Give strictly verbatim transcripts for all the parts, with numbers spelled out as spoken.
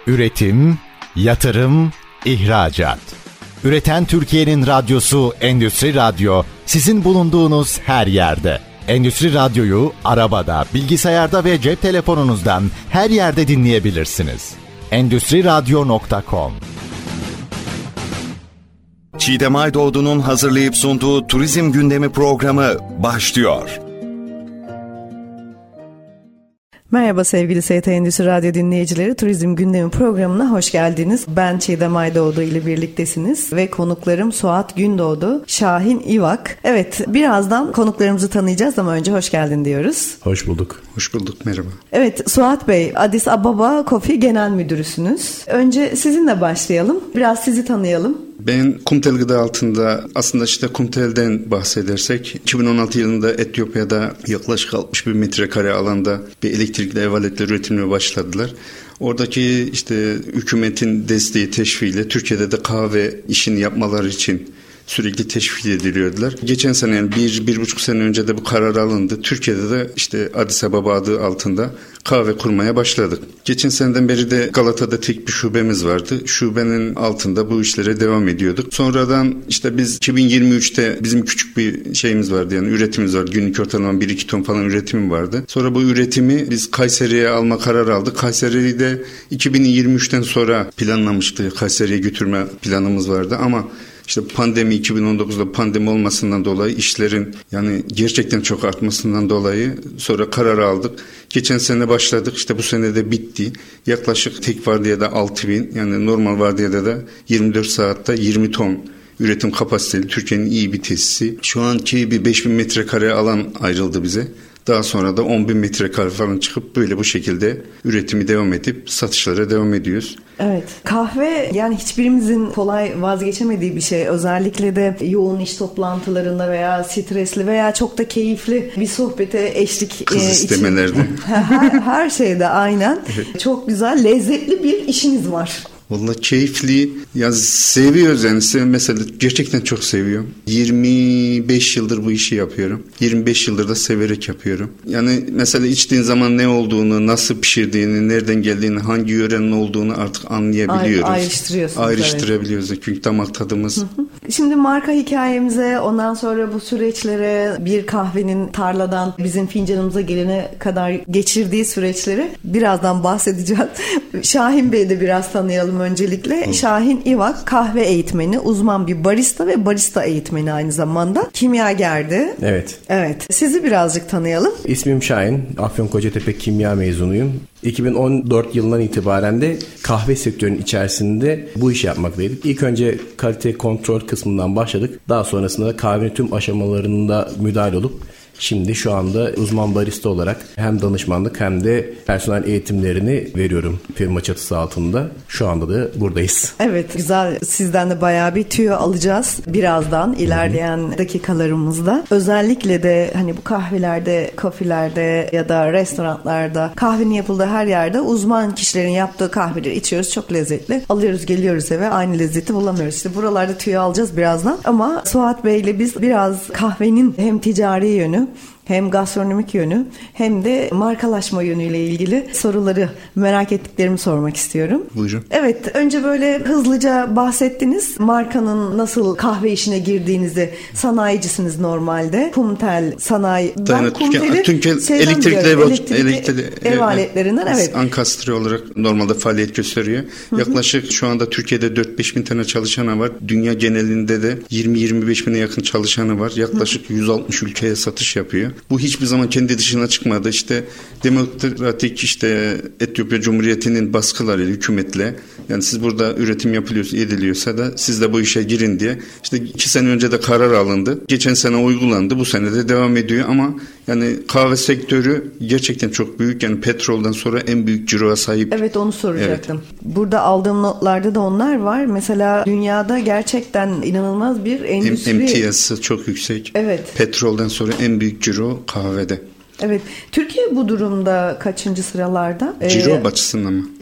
Üretim, yatırım, ihracat. Üreten Türkiye'nin radyosu Endüstri Radyo, sizin bulunduğunuz her yerde. Endüstri Radyo'yu arabada, bilgisayarda ve cep telefonunuzdan her yerde dinleyebilirsiniz. endüstri radyo nokta com. Çiğdem Aydoğdu'nun hazırlayıp sunduğu Turizm Gündemi programı başlıyor. Merhaba sevgili S T Endüstri Radyo dinleyicileri, Turizm Gündemi programına hoş geldiniz. Ben Çiğdem Aydoğdu ile birliktesiniz ve konuklarım Suat Gündoğdu, Şahin İvak. Evet, birazdan konuklarımızı tanıyacağız ama önce hoş geldin diyoruz. Hoş bulduk. Hoş bulduk, merhaba. Evet, Suat Bey, Addis Ababa Coffee Genel Müdürüsünüz. Önce sizinle başlayalım, biraz sizi tanıyalım. Ben Kumtel Gıda altında, aslında işte Kumtel'den bahsedersek, iki bin on altı yılında Etiyopya'da yaklaşık altmış bin metrekare alanda bir elektrikli ev aletleri üretimine başladılar. Oradaki işte hükümetin desteği, teşviğiyle Türkiye'de de kahve işini yapmaları için sürekli teşvik ediliyordular. Geçen sene, yani bir, bir buçuk sene önce de bu karar alındı. Türkiye'de de işte Addis Ababa adı altında kahve kurmaya başladık. Geçen seneden beri de Galata'da tek bir şubemiz vardı. Şubenin altında bu işlere devam ediyorduk. Sonradan işte biz iki bin yirmi üçte bizim küçük bir şeyimiz vardı, yani üretimimiz vardı. Günlük ortalama bir iki ton falan üretimim vardı. Sonra bu üretimi biz Kayseri'ye alma kararı aldık. Kayseri'yi de iki bin yirmi üçten sonra planlamıştı. Kayseri'ye götürme planımız vardı ama İşte pandemi, iki bin on dokuzda pandemi olmasından dolayı işlerin yani gerçekten çok artmasından dolayı sonra karar aldık. Geçen sene başladık, işte bu sene de bitti. Yaklaşık tek vardiyada altı bin, yani normal vardiyada da yirmi dört saatte yirmi ton üretim kapasiteli Türkiye'nin iyi bir tesisi. Şu anki bir beş bin metrekare alan ayrıldı bize. Daha sonra da on bin metrekare falan çıkıp böyle bu şekilde üretimi devam edip satışlara devam ediyoruz. Evet, kahve yani hiçbirimizin kolay vazgeçemediği bir şey. Özellikle de yoğun iş toplantılarında veya stresli veya çok da keyifli bir sohbete eşlik Kız e, istemelerde. Için, her, her şeyde aynen. Evet. Çok güzel, lezzetli bir işiniz var. Vallahi keyifli, ya seviyoruz yani. Mesela gerçekten çok seviyorum. yirmi beş yıldır bu işi yapıyorum. yirmi beş yıldır da severek yapıyorum. Yani mesela içtiğin zaman ne olduğunu, nasıl pişirdiğini, nereden geldiğini, hangi yörenin olduğunu artık anlayabiliyoruz. Ay, ayrıştırıyorsunuz. Ayrıştırabiliyoruz. Evet. Çünkü damak tadımız. Şimdi marka hikayemize, ondan sonra bu süreçlere, bir kahvenin tarladan bizim fincanımıza gelene kadar geçirdiği süreçleri birazdan bahsedeceğiz. Şahin Bey'i de biraz tanıyalım öncelikle. Hı. Şahin İvak kahve eğitmeni, uzman bir barista ve barista eğitmeni aynı zamanda. Kimyagerdi. Evet. Evet. Sizi birazcık tanıyalım. İsmim Şahin. Afyonkarahisar Kimya mezunuyum. iki bin on dört yılından itibaren de kahve sektörünün içerisinde bu işi yapmaktaydık. İlk önce kalite kontrol kısmından başladık. Daha sonrasında da kahvenin tüm aşamalarında müdahil olup şimdi şu anda uzman barista olarak hem danışmanlık hem de personel eğitimlerini veriyorum firma çatısı altında. Şu anda da buradayız. Evet, güzel. Sizden de bayağı bir tüyo alacağız birazdan ilerleyen Hı-hı. dakikalarımızda. Özellikle de hani bu kahvelerde, kafilerde ya da restoranlarda, kahvenin yapıldığı her yerde uzman kişilerin yaptığı kahveleri içiyoruz. Çok lezzetli. Alıyoruz, geliyoruz eve, aynı lezzeti bulamıyoruz. İşte buralarda tüyo alacağız birazdan. Ama Suat Bey ile biz biraz kahvenin hem ticari yönü, hem gastronomik yönü hem de markalaşma yönüyle ilgili soruları, merak ettiklerimi sormak istiyorum. Buyurun. Evet, önce böyle hızlıca bahsettiniz. Markanın nasıl kahve işine girdiğinizi, sanayicisiniz normalde. Kumtel sanayi. Ben Kumtel'i elektrikli ev, elektrikli ev aletlerinden, evet. Ankastre olarak normalde faaliyet gösteriyor. Hı hı. Yaklaşık şu anda Türkiye'de dört beş bin tane çalışanı var. Dünya genelinde de yirmi yirmi beş bine yakın çalışanı var. Yaklaşık hı hı. yüz altmış ülkeye satış yapıyor. Bu hiçbir zaman kendi dışına çıkmadı. İşte demokratik işte Etiyopya Cumhuriyeti'nin baskılarıyla, hükümetle, yani siz burada üretim yapılıyorsa, ediliyorsa da siz de bu işe girin diye. İşte iki sene önce de karar alındı. Geçen sene uygulandı. Bu sene de devam ediyor ama yani kahve sektörü gerçekten çok büyük. Yani petrolden sonra en büyük ciroya sahip. Evet, onu soracaktım. Evet. Burada aldığım notlarda da onlar var. Mesela dünyada gerçekten inanılmaz bir endüstri. M T S'ı çok yüksek. Evet. Petrolden sonra en büyük ciro kahvede. Evet. Türkiye bu durumda kaçıncı sıralarda? Ciro ee, açısından mı?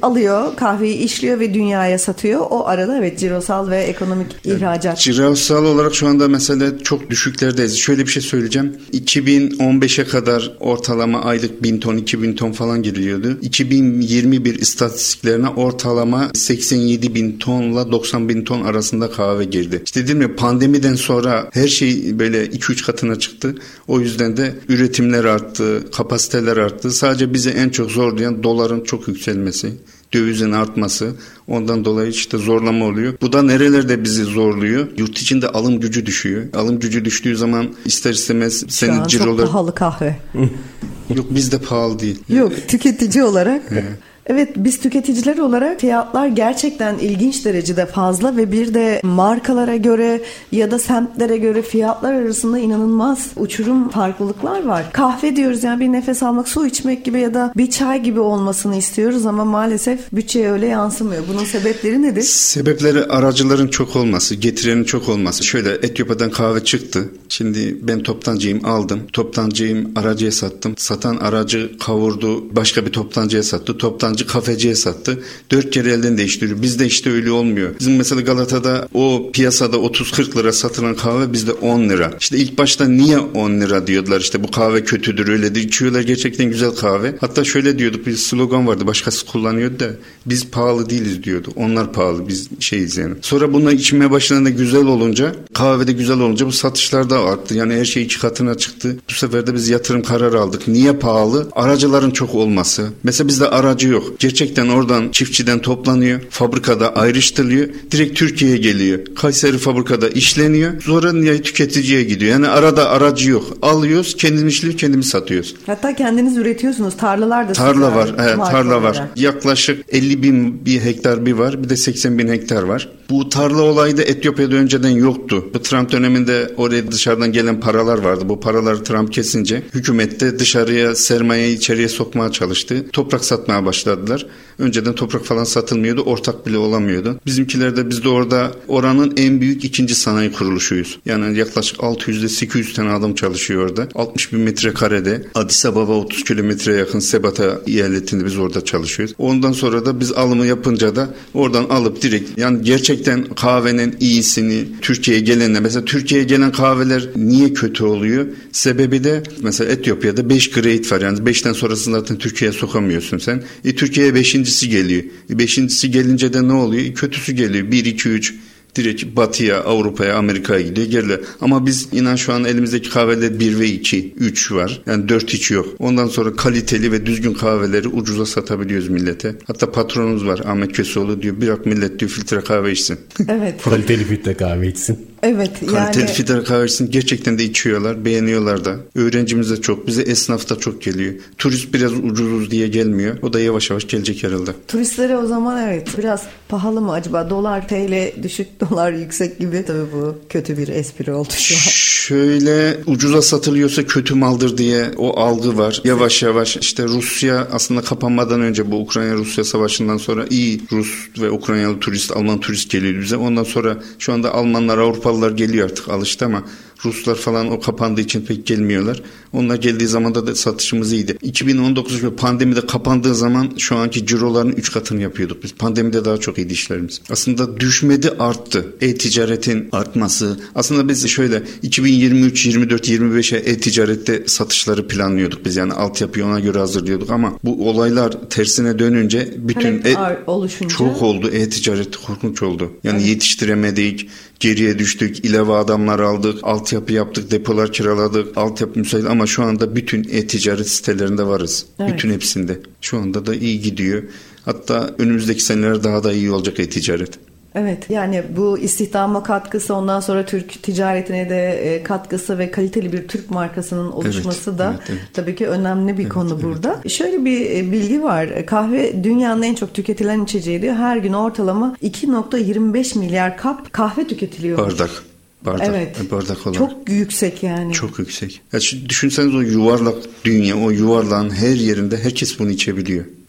alıyor, kahveyi işliyor ve dünyaya satıyor. O arada evet cirosal ve ekonomik ihracat. Cirosal olarak şu anda mesela çok düşüklerdeyiz. Şöyle bir şey söyleyeceğim. iki bin on beşe kadar ortalama aylık bin ton, iki bin ton falan giriliyordu. iki bin yirmi bir istatistiklerine ortalama seksen yedi bin tonla doksan bin ton arasında kahve girdi. İşte dedim ya, pandemiden sonra her şey böyle iki üç katına çıktı. O yüzden de üretimler arttı, kapasiteler arttı. Sadece bizi en çok zorlayan doların çok yükselmesi, dövizin artması. Ondan dolayı işte zorlama oluyor. Bu da nerelerde bizi zorluyor? Yurt içinde alım gücü düşüyor. Alım gücü düştüğü zaman ister istemez senin Şu an cirolar... çok pahalı kahve. Yok, bizde pahalı değil. Yok, tüketici olarak... Evet, biz tüketiciler olarak fiyatlar gerçekten ilginç derecede fazla ve bir de markalara göre ya da semtlere göre fiyatlar arasında inanılmaz uçurum farklılıklar var. Kahve diyoruz, yani bir nefes almak, su içmek gibi ya da bir çay gibi olmasını istiyoruz ama maalesef bütçeye öyle yansımıyor. Bunun sebepleri nedir? Sebepleri aracıların çok olması, getirenin çok olması. Şöyle, Etiyopya'dan kahve çıktı. Şimdi ben toptancıyım, aldım. Toptancıyım, aracıya sattım. Satan aracı kavurdu, başka bir toptancıya sattı. Toptancı kafeciye sattı. Dört kere elden değiştiriyor. Bizde işte öyle olmuyor. Bizim mesela Galata'da o piyasada otuz kırk lira satılan kahve bizde on lira. İşte ilk başta niye on lira diyorlar, işte bu kahve kötüdür, öyledir. İçiyorlar, gerçekten güzel kahve. Hatta şöyle diyorduk, bir slogan vardı, başkası kullanıyordu da, biz pahalı değiliz diyordu. Onlar pahalı, biz şeyiz yani. Sonra bunlar içmeye başladığında güzel olunca, kahvede güzel olunca bu satışlar da arttı. Yani her şey iki katına çıktı. Bu sefer de biz yatırım kararı aldık. Niye pahalı? Aracıların çok olması. Mesela bizde aracı yok. Gerçekten oradan çiftçiden toplanıyor, fabrikada ayrıştırılıyor, direkt Türkiye'ye geliyor. Kayseri fabrikada işleniyor, sonra nihayet tüketiciye gidiyor. Yani arada aracı yok. Alıyoruz, kendimiz işliyor, kendimiz satıyoruz. Hatta kendiniz üretiyorsunuz. Tarlalar da tarla var. Evet, tarla var. Olarak. Yaklaşık elli bin bir hektar bir var, bir de seksen bin hektar var. Bu tarla olayı da Etiyopya'da önceden yoktu. Bu Trump döneminde oraya dışarıdan gelen paralar vardı. Bu paraları Trump kesince hükümet de dışarıya sermayeyi içeriye sokmaya çalıştı. Toprak satmaya başladılar. Önceden toprak falan satılmıyordu. Ortak bile olamıyordu. Bizimkiler de, biz de orada oranın en büyük ikinci sanayi kuruluşuyuz. Yani yaklaşık altı yüzde sekiz yüz tane adam çalışıyor orada. altmış bin metrekarede. Addis Ababa otuz kilometreye yakın Sebata eyaletinde biz orada çalışıyoruz. Ondan sonra da biz alımı yapınca da oradan alıp direkt, yani gerçekten kahvenin iyisini Türkiye'ye gelenler, mesela Türkiye'ye gelen kahveler niye kötü oluyor? Sebebi de mesela Etiyopya'da beş grade var. Yani beşten sonrasını zaten Türkiye'ye sokamıyorsun sen. E, Türkiye'ye beşincisi geliyor. E, beşincisi gelince de ne oluyor? E, kötüsü geliyor. bir, iki, üç direkt batıya, Avrupa'ya, Amerika'ya gidiyor, geriler. Ama biz inan şu an elimizdeki kahveler bir ve iki, üç var. Yani dört hiç yok. Ondan sonra kaliteli ve düzgün kahveleri ucuza satabiliyoruz millete. Hatta patronumuz var, Ahmet Köseoğlu, diyor bırak millet diyor filtre kahve içsin. Evet. Kaliteli filtre kahve içsin. Evet. Kaliteli yani... filtre kahve içsin. Gerçekten de içiyorlar, beğeniyorlar da. Öğrencimiz de çok. Bize esnaf da çok geliyor. Turist biraz ucuzuz diye gelmiyor. O da yavaş yavaş gelecek herhalde. Turistlere o zaman evet biraz pahalı mı acaba? Dolar T L düşük, dolar yüksek gibi. Tabii bu kötü bir espri oldu şu an. Şöyle, ucuza satılıyorsa kötü maldır diye o algı var. Yavaş yavaş işte Rusya aslında kapanmadan önce, bu Ukrayna-Rusya savaşından sonra iyi Rus ve Ukraynalı turist, Alman turist geliyor bize. Ondan sonra şu anda Almanlar, Avrupalılar geliyor, artık alıştı ama Ruslar falan o kapandığı için pek gelmiyorlar. Onlar geldiği zaman da, da satışımız iyiydi. iki bin on dokuz pandemide kapandığı zaman şu anki ciroların üç katını yapıyorduk biz. Pandemide daha çok iyiydi işlerimiz. Aslında düşmedi, arttı. E-ticaretin artması. Aslında biz şöyle iki bin yirmi üç, yirmi dört, yirmi beşe e-ticarette satışları planlıyorduk biz. Yani altyapıyı ona göre hazırlıyorduk ama bu olaylar tersine dönünce bütün e- oluşunca çok oldu. E-ticaret korkunç oldu. Yani evet. Yetiştiremedik. Geriye düştük. İlave adamlar aldık. Altyapı yaptık. Depolar kiraladık. Altyapı müsait ama şu anda bütün e-ticaret sitelerinde varız. Evet. Bütün hepsinde. Şu anda da iyi gidiyor. Hatta önümüzdeki senelerde daha da iyi olacak e-ticaret. Evet, yani bu istihdama katkısı, ondan sonra Türk ticaretine de katkısı ve kaliteli bir Türk markasının oluşması evet, da evet, evet. tabii ki önemli bir evet, konu evet. burada. Şöyle bir bilgi var. Kahve dünyanın en çok tüketilen içeceği diyor. Her gün ortalama iki virgül yirmi beş milyar kap kahve tüketiliyor. Bardak. Bardak, evet. bardak olarak. Çok yüksek yani. Çok yüksek. Ya düşünseniz o yuvarlak dünya, o yuvarlağın her yerinde herkes bunu içebiliyor.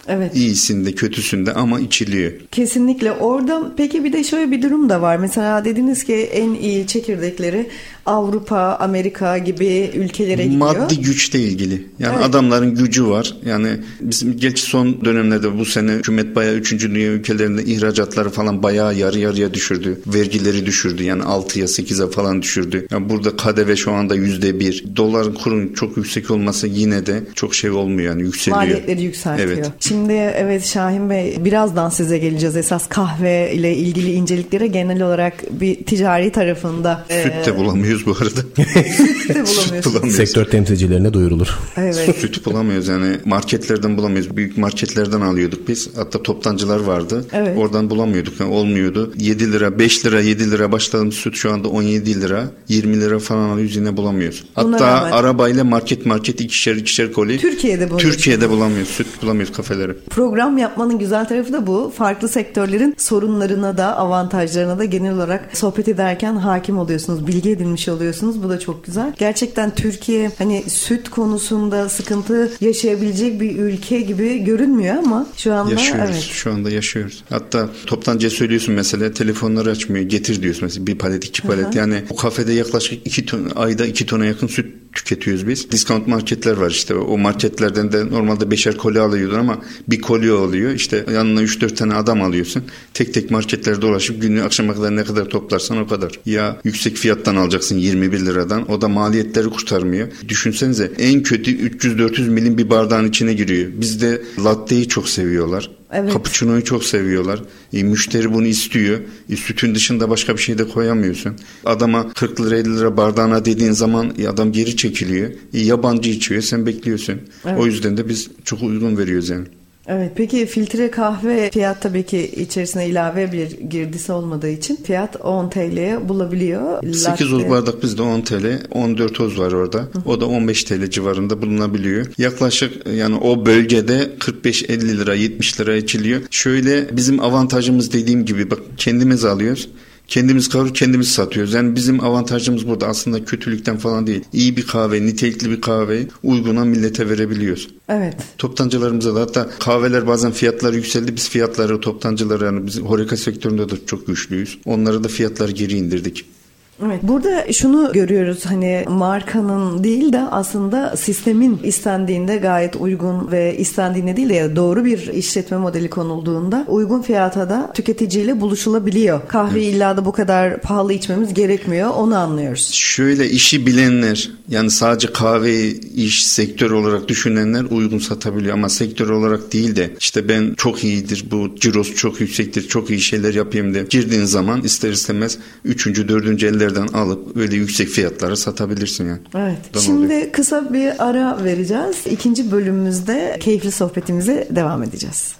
Evet. İyisinde, kötüsünde ama içiliyor. Kesinlikle. Orada peki bir de şöyle bir durum da var. Mesela dediniz ki en iyi çekirdekleri Avrupa, Amerika gibi ülkelere gidiyor. Maddi güçle ilgili. Yani evet. adamların gücü var. Yani bizim geç son dönemlerde bu sene hükümet bayağı üçüncü dünya ülkelerinde ihracatları falan bayağı yarı yarıya düşürdü. Vergileri düşürdü. Yani altıya sekize falan düşürdü. Yani burada K D V şu anda yüzde bir. Doların kurun çok yüksek olması yine de çok şey olmuyor yani yükseliyor. Maliyetleri yükseltiyor. Evet. Şimdi evet Şahin Bey birazdan size geleceğiz. Esas kahve ile ilgili inceliklere genel olarak bir ticari tarafında. Süt de e... bulamıyoruz bu arada. Süt de bulamıyoruz. Sektör temsilcilerine duyurulur. Evet. Süt bulamıyoruz yani marketlerden bulamıyoruz. Büyük marketlerden alıyorduk biz. Hatta toptancılar vardı. Evet. Oradan bulamıyorduk. Yani olmuyordu. yedi lira, beş lira, yedi lira başladığımız süt şu anda on yedi lira, yirmi lira falan alıyoruz yine bulamıyoruz. Hatta buna rağmen arabayla market market ikişer ikişer koli. Türkiye'de bulamıyoruz. Türkiye'de bulamıyoruz. Süt bulamıyoruz kafeleri. Program yapmanın güzel tarafı da bu. Farklı sektörlerin sorunlarına da avantajlarına da genel olarak sohbet ederken hakim oluyorsunuz. Bilgi edinmiş oluyorsunuz. Bu da çok güzel. Gerçekten Türkiye hani süt konusunda sıkıntı yaşayabilecek bir ülke gibi görünmüyor ama şu anda yaşıyoruz. Evet. Şu anda yaşıyoruz. Hatta toptancıya söylüyorsun mesela telefonları açmıyor. Getir diyorsun mesela bir palet iki palet. Hı-hı. Yani o kafede yaklaşık iki ton ayda iki tona yakın süt tüketiyoruz biz. Discount marketler var işte. O marketlerden de normalde beşer koli alıyordun ama bir koli oluyor. İşte yanına üç dört tane adam alıyorsun. Tek tek marketlerde dolaşıp günlük akşama kadar ne kadar toplarsan o kadar. Ya yüksek fiyattan alacaksın yirmi bir liradan. O da maliyetleri kurtarmıyor. Düşünsenize en kötü üç yüz dört yüz milim bir bardağın içine giriyor. Bizde latteyi çok seviyorlar. Evet. Cappuccino'yu çok seviyorlar. E, müşteri bunu istiyor. E, sütün dışında başka bir şey de koyamıyorsun. Adama kırk lira elli lira bardağına dediğin zaman e, adam geri çekiliyor. E, yabancı içiyor. Sen bekliyorsun. Evet. O yüzden de biz çok uygun veriyoruz yani. Evet, peki filtre kahve fiyat tabii ki içerisine ilave bir girdisi olmadığı için fiyat on TL'ye bulabiliyor. sekiz oz bardak bizde on TL, on dört oz var orada. Hı. O da on beş TL civarında bulunabiliyor. Yaklaşık yani o bölgede kırk beş elli lira yetmiş lira içiliyor. Şöyle bizim avantajımız dediğim gibi bak kendimiz alıyoruz. Kendimiz kavurup kendimiz satıyoruz. Yani bizim avantajımız burada aslında kötülükten falan değil. İyi bir kahve, nitelikli bir kahveyi uyguna millete verebiliyoruz. Evet. Toptancılarımıza da hatta kahveler bazen fiyatları yükseldi. Biz fiyatları toptancıları yani biz horeca sektöründe de çok güçlüyüz. Onları da fiyatları geri indirdik. Evet. Burada şunu görüyoruz hani markanın değil de aslında sistemin istendiğinde gayet uygun ve istendiğinde değil de doğru bir işletme modeli konulduğunda uygun fiyata da tüketiciyle buluşulabiliyor. Kahve evet. illa da bu kadar pahalı içmemiz gerekmiyor. Onu anlıyoruz. Şöyle işi bilenler yani sadece kahve iş sektör olarak düşünenler uygun satabiliyor ama sektör olarak değil de işte ben çok iyidir bu cirosu çok yüksektir çok iyi şeyler yapayım de girdiğin zaman ister istemez üçüncü dördüncü eller alıp öyle yüksek fiyatlara satabilirsin yani. Evet. Ondan Şimdi oluyor. Kısa bir ara vereceğiz. İkinci bölümümüzde keyifli sohbetimize devam edeceğiz.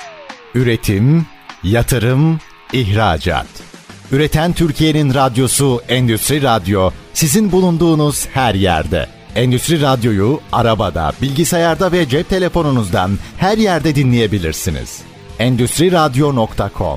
Üretim, yatırım, ihracat. Üreten Türkiye'nin radyosu Endüstri Radyo sizin bulunduğunuz her yerde. Endüstri Radyo'yu arabada, bilgisayarda ve cep telefonunuzdan her yerde dinleyebilirsiniz. endüstri radyo nokta com.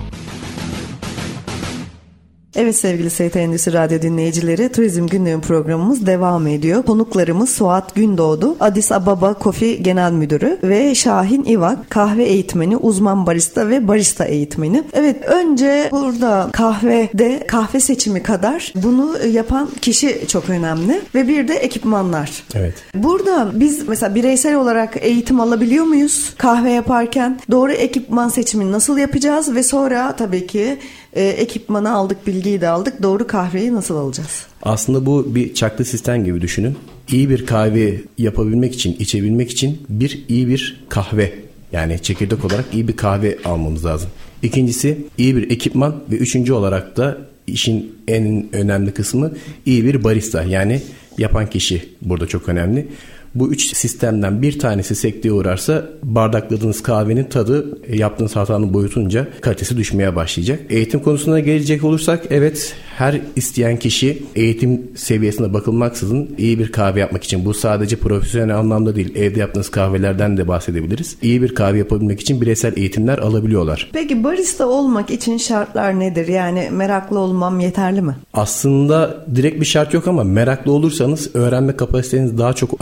Evet sevgili S T Endüstri Radyo dinleyicileri, Turizm Günlüğü programımız devam ediyor. Konuklarımız Suat Gündoğdu, Addis Ababa Coffee Genel Müdürü ve Şahin İvak, kahve eğitmeni, uzman barista ve barista eğitmeni. Evet, önce burada kahvede kahve seçimi kadar bunu yapan kişi çok önemli ve bir de ekipmanlar. Evet. Burada biz mesela bireysel olarak eğitim alabiliyor muyuz? Kahve yaparken doğru ekipman seçimini nasıl yapacağız ve sonra tabii ki e, ekipmanı aldık, bilgiyi de aldık. Doğru kahveyi nasıl alacağız? Aslında bu bir çaklı sistem gibi düşünün. İyi bir kahve yapabilmek için, içebilmek için bir iyi bir kahve, yani çekirdek olarak iyi bir kahve almamız lazım. İkincisi iyi bir ekipman ve üçüncü olarak da işin en önemli kısmı iyi bir barista, yani yapan kişi burada çok önemli. Bu üç sistemden bir tanesi sekteye uğrarsa bardakladığınız kahvenin tadı yaptığınız hatanın boyutunca kalitesi düşmeye başlayacak. Eğitim konusuna gelecek olursak, evet, her isteyen kişi eğitim seviyesine bakılmaksızın iyi bir kahve yapmak için, bu sadece profesyonel anlamda değil, evde yaptığınız kahvelerden de bahsedebiliriz. İyi bir kahve yapabilmek için bireysel eğitimler alabiliyorlar. Peki barista olmak için şartlar nedir? Yani meraklı olmam yeterli mi? Aslında direkt bir şart yok ama meraklı olursanız öğrenme kapasiteniz daha çok artacağını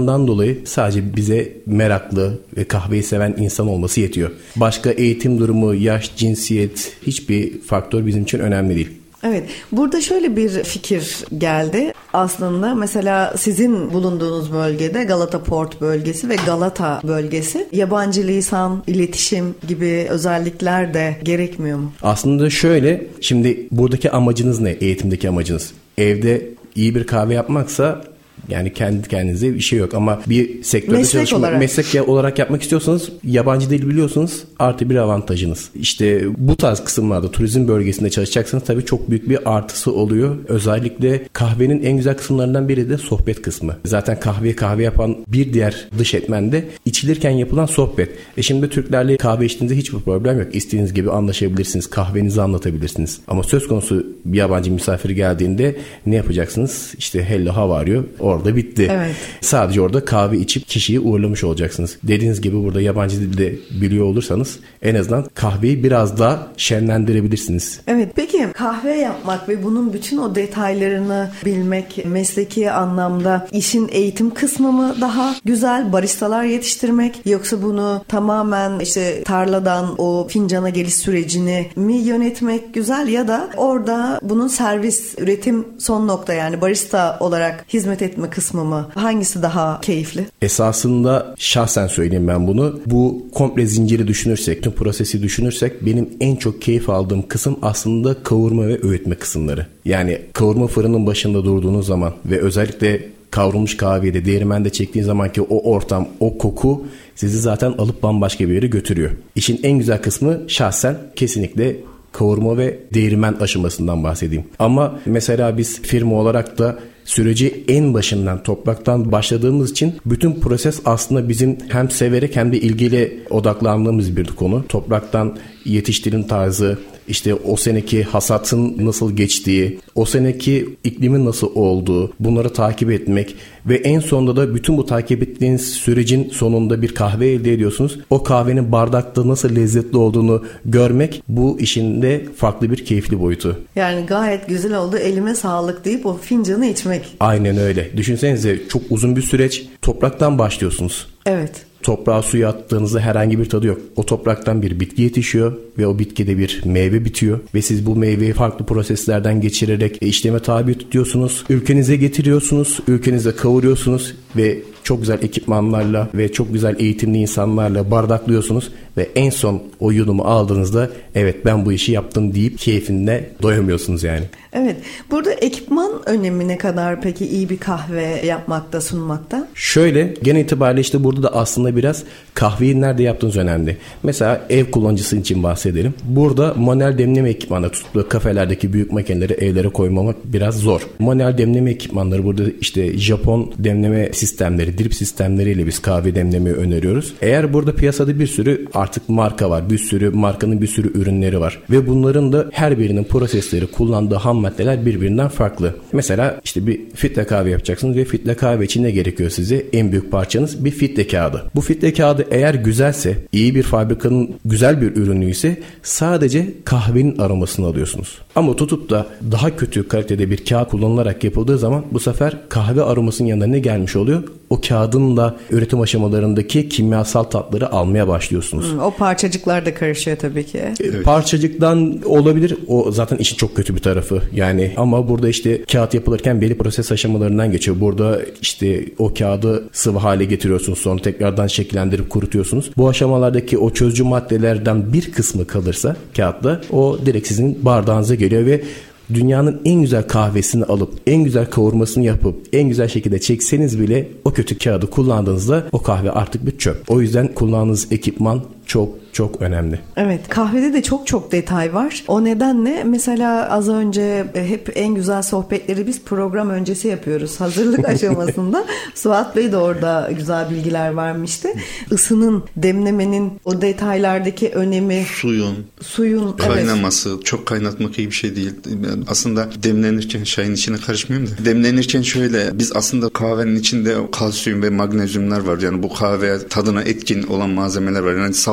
heyecandan dolayı sadece bize meraklı ve kahveyi seven insan olması yetiyor. Başka eğitim durumu, yaş, cinsiyet hiçbir faktör bizim için önemli değil. Evet, burada şöyle bir fikir geldi. Aslında mesela sizin bulunduğunuz bölgede Galata Port bölgesi ve Galata bölgesi yabancı lisan, iletişim gibi özellikler de gerekmiyor mu? Aslında şöyle, şimdi buradaki amacınız ne? Eğitimdeki amacınız. Evde iyi bir kahve yapmaksa yani kendi kendinize bir şey yok ama bir sektörde meslek çalışmak, olarak. meslek olarak yapmak istiyorsanız yabancı dil biliyorsunuz, artı bir avantajınız. İşte bu tarz kısımlarda turizm bölgesinde çalışacaksanız tabii çok büyük bir artısı oluyor. Özellikle kahvenin en güzel kısımlarından biri de sohbet kısmı. Zaten kahve kahve yapan bir diğer dış etmen de içilirken yapılan sohbet. E şimdi Türklerle kahve içtiğinizde hiçbir problem yok. İstediğiniz gibi anlaşabilirsiniz, kahvenizi anlatabilirsiniz. Ama söz konusu bir yabancı misafir geldiğinde ne yapacaksınız? İşte hello how are you? Orada bitti. Evet. Sadece orada kahve içip kişiyi uğurlamış olacaksınız. Dediğiniz gibi burada yabancı dilde biliyor olursanız en azından kahveyi biraz daha şenlendirebilirsiniz. Evet, peki kahve yapmak ve bunun bütün o detaylarını bilmek mesleki anlamda işin eğitim kısmı mı daha güzel, baristalar yetiştirmek, yoksa bunu tamamen işte tarladan o fincana geliş sürecini mi yönetmek güzel, ya da orada bunun servis, üretim son nokta yani barista olarak hizmet etme kısmı mı? Hangisi daha keyifli? Esasında şahsen söyleyeyim ben bunu. Bu komple zinciri düşünürsek, tüm prosesi düşünürsek benim en çok keyif aldığım kısım aslında kavurma ve öğütme kısımları. Yani kavurma fırının başında durduğunuz zaman ve özellikle kavrulmuş kahveyi de değirmende çektiğin zamanki o ortam, o koku sizi zaten alıp bambaşka bir yere götürüyor. İşin en güzel kısmı şahsen kesinlikle kavurma ve değirmen aşamasından bahsedeyim. Ama mesela biz firma olarak da süreci en başından topraktan başladığımız için bütün proses aslında bizim hem severek hem de ilgiyle odaklandığımız bir konu. Topraktan yetiştirim tarzı, işte o seneki hasatın nasıl geçtiği, o seneki iklimin nasıl olduğu, bunları takip etmek ve en sonunda da bütün bu takip ettiğiniz sürecin sonunda bir kahve elde ediyorsunuz. O kahvenin bardakta nasıl lezzetli olduğunu görmek bu işin de farklı bir keyifli boyutu. Yani gayet güzel oldu, elime sağlık deyip o fincanı içmek. Aynen öyle. Düşünsenize çok uzun bir süreç, topraktan başlıyorsunuz. Evet. Toprağa suya attığınızda herhangi bir tadı yok. O topraktan bir bitki yetişiyor ve o bitkide bir meyve bitiyor. Ve siz bu meyveyi farklı proseslerden geçirerek işleme tabi tutuyorsunuz. Ülkenize getiriyorsunuz. Ülkenizde kavuruyorsunuz ve çok güzel ekipmanlarla ve çok güzel eğitimli insanlarla bardaklıyorsunuz. Ve en son o yudumu aldığınızda evet ben bu işi yaptım deyip keyfinde doyamıyorsunuz yani. Evet. Burada ekipman önemi ne kadar peki iyi bir kahve yapmakta, sunmakta? Şöyle genel itibariyle işte burada da aslında biraz kahveyi nerede yaptığınız önemli. Mesela ev kullanıcısı için bahsedelim. Burada manuel demleme ekipmanı tutup da kafelerdeki büyük makineleri evlere koymamak biraz zor. Manuel demleme ekipmanları burada işte Japon demleme sistemleri, drip sistemleriyle biz kahve demlemeyi öneriyoruz. Eğer burada piyasada bir sürü artık marka var. Bir sürü markanın bir sürü ürünleri var. Ve bunların da her birinin prosesleri, kullandığı ham maddeler birbirinden farklı. Mesela işte bir filtre kahve yapacaksınız ve filtre kahve için ne gerekiyor size? En büyük parçanız bir filtre kağıdı. Bu filtre kağıdı eğer güzelse, iyi bir fabrikanın güzel bir ürünü ise sadece kahvenin aromasını alıyorsunuz. Ama tutup da daha kötü kalitede bir kağıt kullanılarak yapıldığı zaman bu sefer kahve aromasının yanında ne gelmiş oluyor? O kağıdın da üretim aşamalarındaki kimyasal tatları almaya başlıyorsunuz. Hmm, o parçacıklar da karışıyor tabii ki. Evet. Parçacıktan olabilir. O zaten işin çok kötü bir tarafı. Yani ama burada işte kağıt yapılırken belli proses aşamalarından geçiyor. Burada işte o kağıdı sıvı hale getiriyorsunuz. Sonra tekrardan şekillendirip kurutuyorsunuz. Bu aşamalardaki o çözücü maddelerden bir kısmı kalırsa kağıtta o direkt sizin bardağınıza geliyor ve dünyanın en güzel kahvesini alıp en güzel kavurmasını yapıp en güzel şekilde çekseniz bile o kötü kağıdı kullandığınızda o kahve artık bir çöp. O yüzden kullandığınız ekipman çok çok önemli. Evet, kahvede de çok çok detay var. O nedenle mesela az önce hep en güzel sohbetleri biz program öncesi yapıyoruz. Hazırlık aşamasında. Suat Bey de orada güzel bilgiler vermişti. Isının, demlemenin o detaylardaki önemi. Suyun. Suyun. Kaynaması. Evet. Çok kaynatmak iyi bir şey değil. Aslında demlenirken çayın içine karışmıyorum da. Demlenirken şöyle, biz aslında kahvenin içinde kalsiyum ve magnezyumlar var. Yani bu kahve tadına etkin olan malzemeler var. Yani saf suyla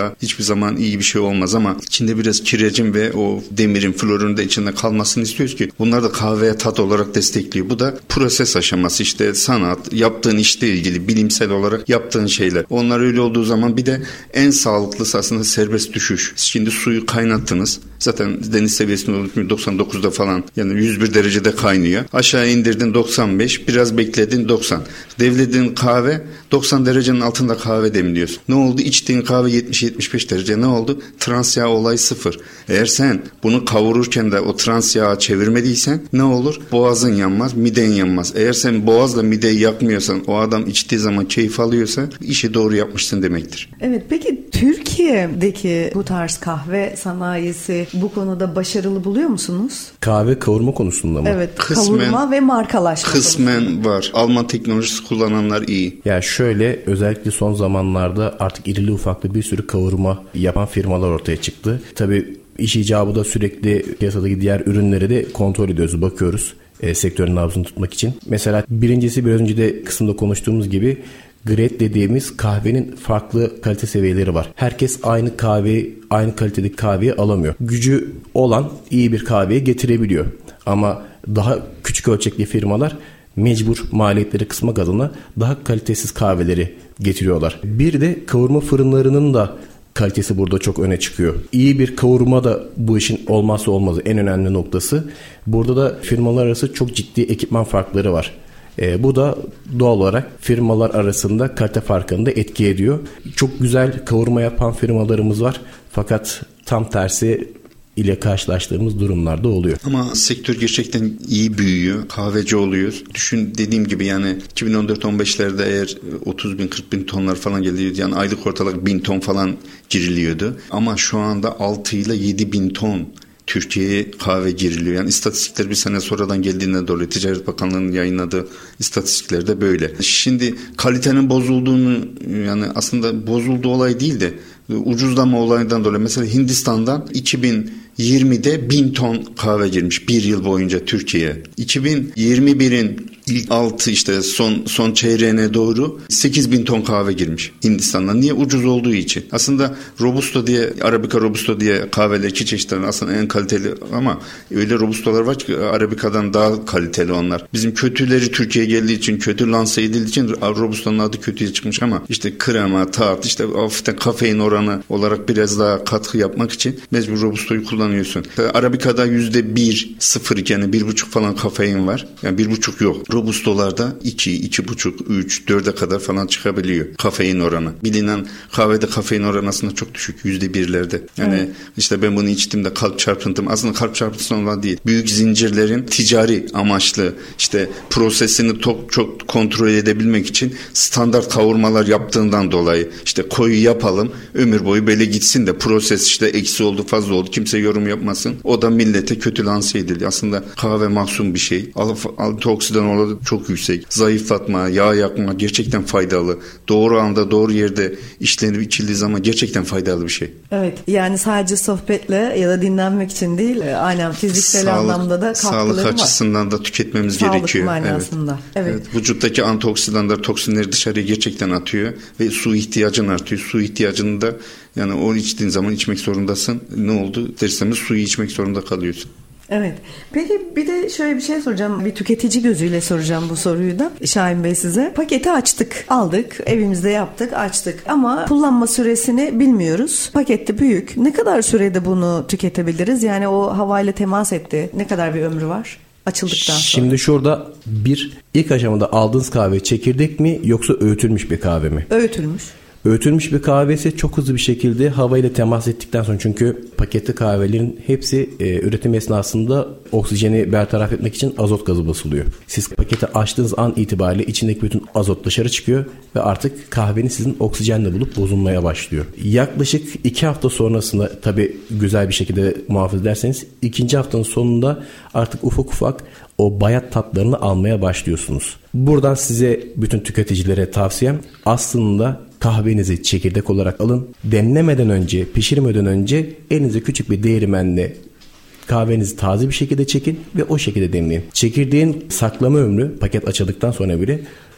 asla hiçbir zaman iyi bir şey olmaz ama içinde biraz kirecin ve o demirin, florun da içinde kalmasını istiyoruz ki bunlar da kahveye tat olarak destekliyor. Bu da proses aşaması, işte sanat, yaptığın işle ilgili bilimsel olarak yaptığın şeyler. Onlar öyle olduğu zaman bir de en sağlıklısı aslında serbest düşüş. Şimdi suyu kaynattınız. Zaten deniz seviyesinde doksan dokuzda falan, yani yüz bir derecede kaynıyor. Aşağı indirdin doksan beş, biraz bekledin doksan. Devledin kahve doksan derecenin altında kahve demliyorsun. Ne oldu? İçtiğin kahve yetmiş yetmiş beş derece. Ne oldu? Trans yağ olayı sıfır. Eğer sen bunu kavururken de o trans yağı çevirmediysen ne olur? Boğazın yanmaz, miden yanmaz. Eğer sen boğazla mideyi yakmıyorsan, o adam içtiği zaman keyif alıyorsa işi doğru yapmışsın demektir. Evet, peki Türkiye'deki bu tarz kahve sanayisi bu konuda başarılı buluyor musunuz? Kahve kavurma konusunda mı? Evet, Kısmen, kavurma ve markalaşma Kısmen konusunda var. Alman teknolojisi kullananlar iyi. Ya şöyle, özellikle son zamanlarda artık irili ufaklı bir sürü kavurma yapan firmalar ortaya çıktı. Tabii iş icabı da sürekli piyasadaki diğer ürünleri de kontrol ediyoruz, bakıyoruz e, sektörün nabzını tutmak için. Mesela birincisi, biraz önce de kısımda konuştuğumuz gibi, grade dediğimiz kahvenin farklı kalite seviyeleri var. Herkes aynı kahveyi, aynı kalitedeki kahveyi alamıyor. Gücü olan iyi bir kahveyi getirebiliyor. Ama daha küçük ölçekli firmalar mecbur maliyetleri kısmak adına daha kalitesiz kahveleri getiriyorlar. Bir de kavurma fırınlarının da kalitesi burada çok öne çıkıyor. İyi bir kavurma da bu işin olmazsa olmazı, en önemli noktası. Burada da firmalar arası çok ciddi ekipman farkları var. E, bu da doğal olarak firmalar arasında kalite farkını da etki ediyor. Çok güzel kavurma yapan firmalarımız var. Fakat tam tersi ile karşılaştığımız durumlarda oluyor. Ama sektör gerçekten iyi büyüyor. Kahveci oluyoruz. Düşün, dediğim gibi yani iki bin on dört on beşlerde eğer otuz bin kırk bin tonlar falan geliyordu. Yani aylık ortalama bin ton falan giriliyordu. Ama şu anda altı ile yedi bin ton Türkiye'ye kahve giriliyor. Yani istatistikler bir sene sonradan geldiğinde dolayı Ticaret Bakanlığı'nın yayınladığı istatistikler de böyle. Şimdi kalitenin bozulduğunu, yani aslında bozulduğu olay değil de ucuzlama olayından dolayı, mesela Hindistan'dan iki bin yirmide bin ton kahve girmiş bir yıl boyunca Türkiye'ye. iki bin yirmi birin ilk altı işte son son çeyreğine doğru sekiz bin ton kahve girmiş Hindistan'dan. Niye? Ucuz olduğu için. Aslında Robusto diye, Arabica Robusto diye kahveler, iki çeşitler aslında en kaliteli, ama öyle Robusto'lar var ki Arabica'dan daha kaliteli onlar. Bizim kötüleri Türkiye'ye geldiği için, kötü lanse edildiği için Robusto'nun adı kötüye çıkmış, ama işte krema, tat, işte hafiften kafein oranı olarak biraz daha katkı yapmak için mecbur Robusto'yu kullanıyorsun. Arabica'da yüzde bir, sıfır, yani bir buçuk falan kafein var. Yani bir buçuk yok. Robusto'larda iki, iki buçuk, üç, dörde kadar falan çıkabiliyor kafein oranı. Bilinen kahvede kafein oranı aslında çok düşük. Yüzde birlerde. Yani evet. işte ben bunu içtiğimde kalp çarpıntım, aslında kalp çarpıntısı olan değil. Büyük zincirlerin ticari amaçlı işte prosesini çok, çok kontrol edebilmek için standart kavurmalar yaptığından dolayı işte koyu yapalım, ömür boyu böyle gitsin de proses işte eksi oldu, fazla oldu, kimse yorum yapmasın. O da millete kötü lanse ediliyor. Aslında kahve mahzun bir şey. Antioksidan oranı çok yüksek. Zayıflatma, yağ yakma gerçekten faydalı. Doğru anda, doğru yerde işlenip içildiği zaman gerçekten faydalı bir şey. Evet. Yani sadece sohbetle ya da dinlenmek için değil, aynen fiziksel sağlık, anlamda da katkıları var. Sağlık açısından da tüketmemiz sağlık gerekiyor. manasında. Evet. Evet. Evet. Vücuttaki antioksidanlar, toksinleri dışarıya gerçekten atıyor ve su ihtiyacın artıyor. Su ihtiyacını da, yani o içtiğin zaman içmek zorundasın. Ne oldu? Derseniz suyu içmek zorunda kalıyorsun. Evet. Peki bir de şöyle bir şey soracağım. Bir tüketici gözüyle soracağım bu soruyu da. Şahin Bey size. Paketi açtık, aldık, evimizde yaptık, açtık. Ama kullanma süresini bilmiyoruz. Pakette büyük. Ne kadar sürede bunu tüketebiliriz? Yani o havayla temas etti. Ne kadar bir ömrü var? Açıldıktan sonra. Şimdi şurada bir, ilk aşamada aldığınız kahve çekirdek mi yoksa öğütülmüş bir kahve mi? Öğütülmüş. Öğütülmüş bir kahve ise çok hızlı bir şekilde havayla temas ettikten sonra, çünkü paketli kahvelerin hepsi e, üretim esnasında oksijeni bertaraf etmek için azot gazı basılıyor. Siz paketi açtığınız an itibariyle içindeki bütün azot dışarı çıkıyor ve artık kahveni sizin oksijenle bulup bozulmaya başlıyor. Yaklaşık iki hafta sonrasında, tabii güzel bir şekilde muhafaza ederseniz, ikinci haftanın sonunda artık ufak ufak o bayat tatlarını almaya başlıyorsunuz. Buradan size, bütün tüketicilere tavsiyem, aslında kahvenizi çekirdek olarak alın. Demlemeden önce, pişirmeden önce elinize küçük bir değirmenle kahvenizi taze bir şekilde çekin ve o şekilde demleyin. Çekirdeğin saklama ömrü paket açıldıktan sonra bile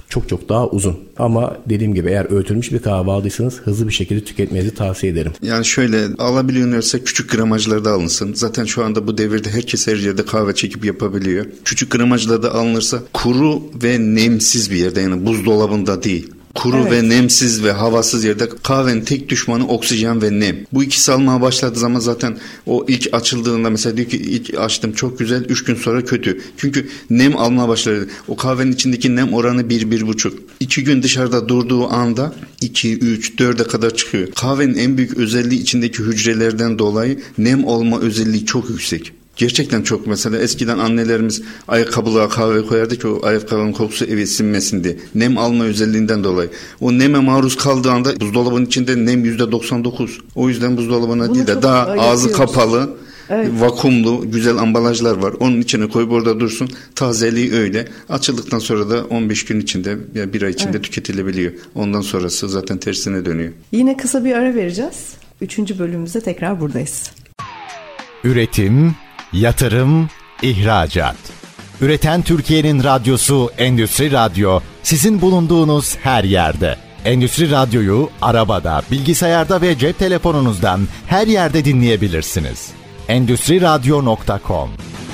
çok çok daha uzun. Ama dediğim gibi eğer öğütülmüş bir kahve aldıysanız hızlı bir şekilde tüketmenizi tavsiye ederim. Yani şöyle alabiliyorlarsa küçük gramajlarda alınsın. Zaten şu anda bu devirde herkes her yerde kahve çekip yapabiliyor. Küçük gramajlarda alınırsa kuru ve nemsiz bir yerde, yani buzdolabında değil. Kuru evet. ve nemsiz ve havasız yerde kahvenin tek düşmanı oksijen ve nem. Bu ikisi almaya başladığı zaman zaten o ilk açıldığında mesela diyor ki ilk açtım çok güzel, üç gün sonra kötü. Çünkü nem almaya başladı. O kahvenin içindeki nem oranı bir, bir buçuk. iki gün dışarıda durduğu anda iki, üç, dörde kadar çıkıyor. Kahvenin en büyük özelliği içindeki hücrelerden dolayı nem olma özelliği çok yüksek. Gerçekten çok. Mesela eskiden annelerimiz ayakkabılığa kahve koyardı ki o ayakkabının kokusu eve sinmesin diye. Nem alma özelliğinden dolayı. O neme maruz kaldığı anda buzdolabının içinde nem yüzde doksan dokuz. O yüzden buzdolabına bunu değil de daha ağzı kapalı, evet. vakumlu, güzel ambalajlar var. Onun içine koyup orada dursun. Tazeliği öyle. Açıldıktan sonra da on beş gün içinde ya bir ay içinde evet. tüketilebiliyor. Ondan sonrası zaten tersine dönüyor. Yine kısa bir ara vereceğiz. Üçüncü bölümümüzde tekrar buradayız. Üretim, yatırım, ihracat. Üreten Türkiye'nin radyosu Endüstri Radyo, sizin bulunduğunuz her yerde. Endüstri Radyo'yu arabada, bilgisayarda ve cep telefonunuzdan her yerde dinleyebilirsiniz. endüstri radyo nokta com.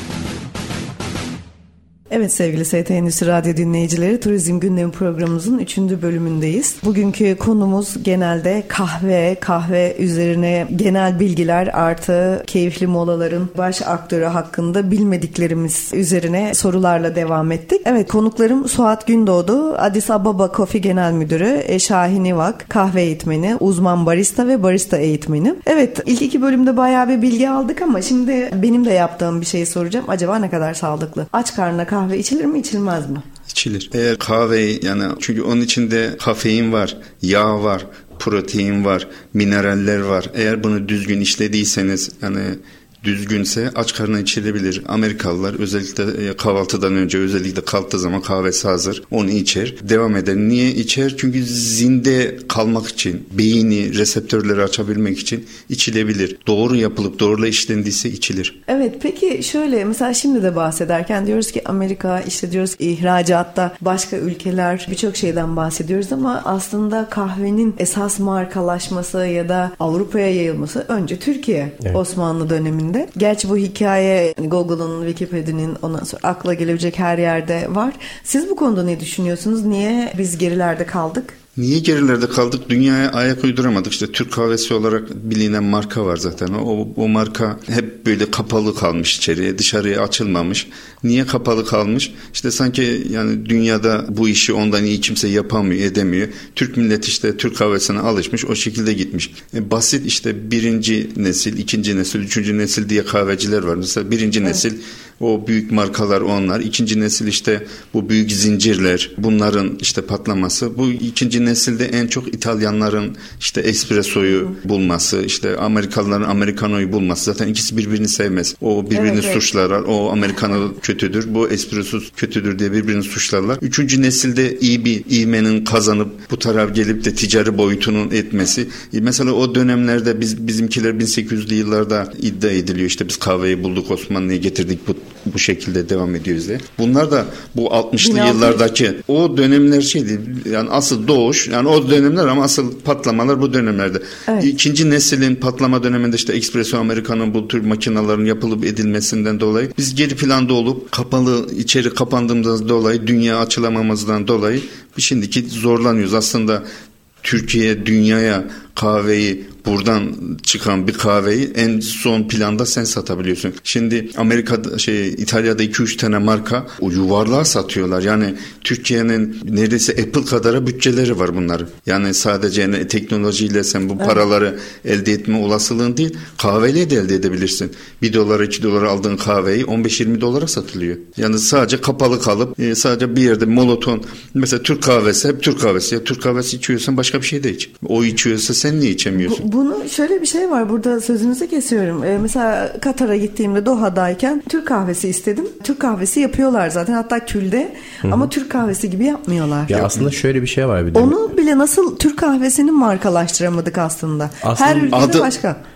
Evet sevgili S T Endüstri Radyo dinleyicileri, Turizm Gündemi programımızın üçüncü bölümündeyiz. Bugünkü konumuz genelde kahve, kahve üzerine genel bilgiler artı keyifli molaların baş aktörü hakkında bilmediklerimiz üzerine sorularla devam ettik. Evet, konuklarım Suat Gündoğdu, Addis Ababa Coffee Genel Müdürü, Şahin İvak, kahve eğitmeni, uzman barista ve barista eğitmeni. Evet, ilk iki bölümde bayağı bir bilgi aldık ama şimdi benim de yaptığım bir şeyi soracağım. Acaba ne kadar sağlıklı? Aç karnına kahve Kahve içilir mi, içilmez mi? İçilir. Eğer kahveyi, yani çünkü onun içinde kafein var, yağ var, protein var, mineraller var. Eğer bunu düzgün işlediyseniz, yani düzgünse aç karnına içilebilir. Amerikalılar özellikle kahvaltıdan önce, özellikle kalktığı zaman kahvesi hazır. Onu içer. Devam eder. Niye içer? Çünkü zinde kalmak için, beyni, reseptörleri açabilmek için içilebilir. Doğru yapılıp doğru işlendiyse içilir. Evet, peki şöyle mesela şimdi de bahsederken diyoruz ki Amerika, işte diyoruz ihracatta başka ülkeler, birçok şeyden bahsediyoruz ama aslında kahvenin esas markalaşması ya da Avrupa'ya yayılması önce Türkiye, evet. Osmanlı döneminde. Gerçi bu hikaye Google'ın, Wikipedia'nın, ondan sonra akla gelebilecek her yerde var. Siz bu konuda ne düşünüyorsunuz? Niye biz gerilerde kaldık? Niye gerilerde kaldık? Dünyaya ayak uyduramadık. İşte Türk kahvesi olarak bilinen marka var zaten. O, o marka hep böyle kapalı kalmış içeriye, dışarıya açılmamış. Niye kapalı kalmış? İşte sanki yani dünyada bu işi ondan iyi kimse yapamıyor, edemiyor. Türk milleti işte Türk kahvesine alışmış, o şekilde gitmiş. E, basit işte birinci nesil, ikinci nesil, üçüncü nesil diye kahveciler var. Mesela birinci evet. nesil o büyük markalar onlar. İkinci nesil işte bu büyük zincirler, bunların işte patlaması. Bu ikinci nesilde en çok İtalyanların işte espressoyu bulması, işte Amerikalıların Americano'yu bulması. Zaten ikisi birbirini sevmez. O birbirini evet, evet. suçlarlar. O Americano kötüdür, bu espresso kötüdür diye birbirini suçlarlar. Üçüncü nesilde iyi bir ivmenin kazanıp bu taraf gelip de ticari boyutunun etmesi. Mesela o dönemlerde biz bizimkiler bin sekiz yüzlü yıllarda iddia ediliyor. İşte biz kahveyi bulduk, Osmanlı'ya getirdik, bu bu şekilde devam ediyoruz diye. Bunlar da bu altmışlı yıllardaki o dönemler şeydi. Yani asıl doğuş, yani o dönemler ama asıl patlamalar bu dönemlerde. Evet. İkinci neslin patlama döneminde işte espresso Americano bu tür makinelerin yapılıp edilmesinden dolayı biz geri planda olup kapalı, içeri kapandığımızdan dolayı, dünya açılamamızdan dolayı şimdiki zorlanıyoruz. Aslında Türkiye dünyaya kahveyi, buradan çıkan bir kahveyi en son planda sen satabiliyorsun. Şimdi Amerika'da şey İtalya'da iki üç tane marka o yuvarlığa satıyorlar. Yani Türkiye'nin neredeyse Apple kadara bütçeleri var bunların. Yani sadece yani teknolojiyle sen bu evet. paraları elde etme olasılığın değil, kahveyle de elde edebilirsin. bir dolara iki dolara aldığın kahveyi on beş yirmi dolara satılıyor. Yani sadece kapalı kalıp sadece bir yerde monoton, mesela Türk kahvesi hep Türk kahvesi. Ya Türk kahvesi içiyorsan başka bir şey de iç. O içiyorsa sen niye içemiyorsun? Bu, bunu şöyle bir şey var, burada sözünüzü kesiyorum. Ee, mesela Katar'a gittiğimde Doha'dayken Türk kahvesi istedim. Türk kahvesi yapıyorlar zaten, hatta külde. Hı-hı. Ama Türk kahvesi gibi yapmıyorlar. Ya aslında şöyle bir şey var bir de. Onu bile nasıl Türk kahvesini markalaştıramadık aslında. aslında Her ülkede adı, başka.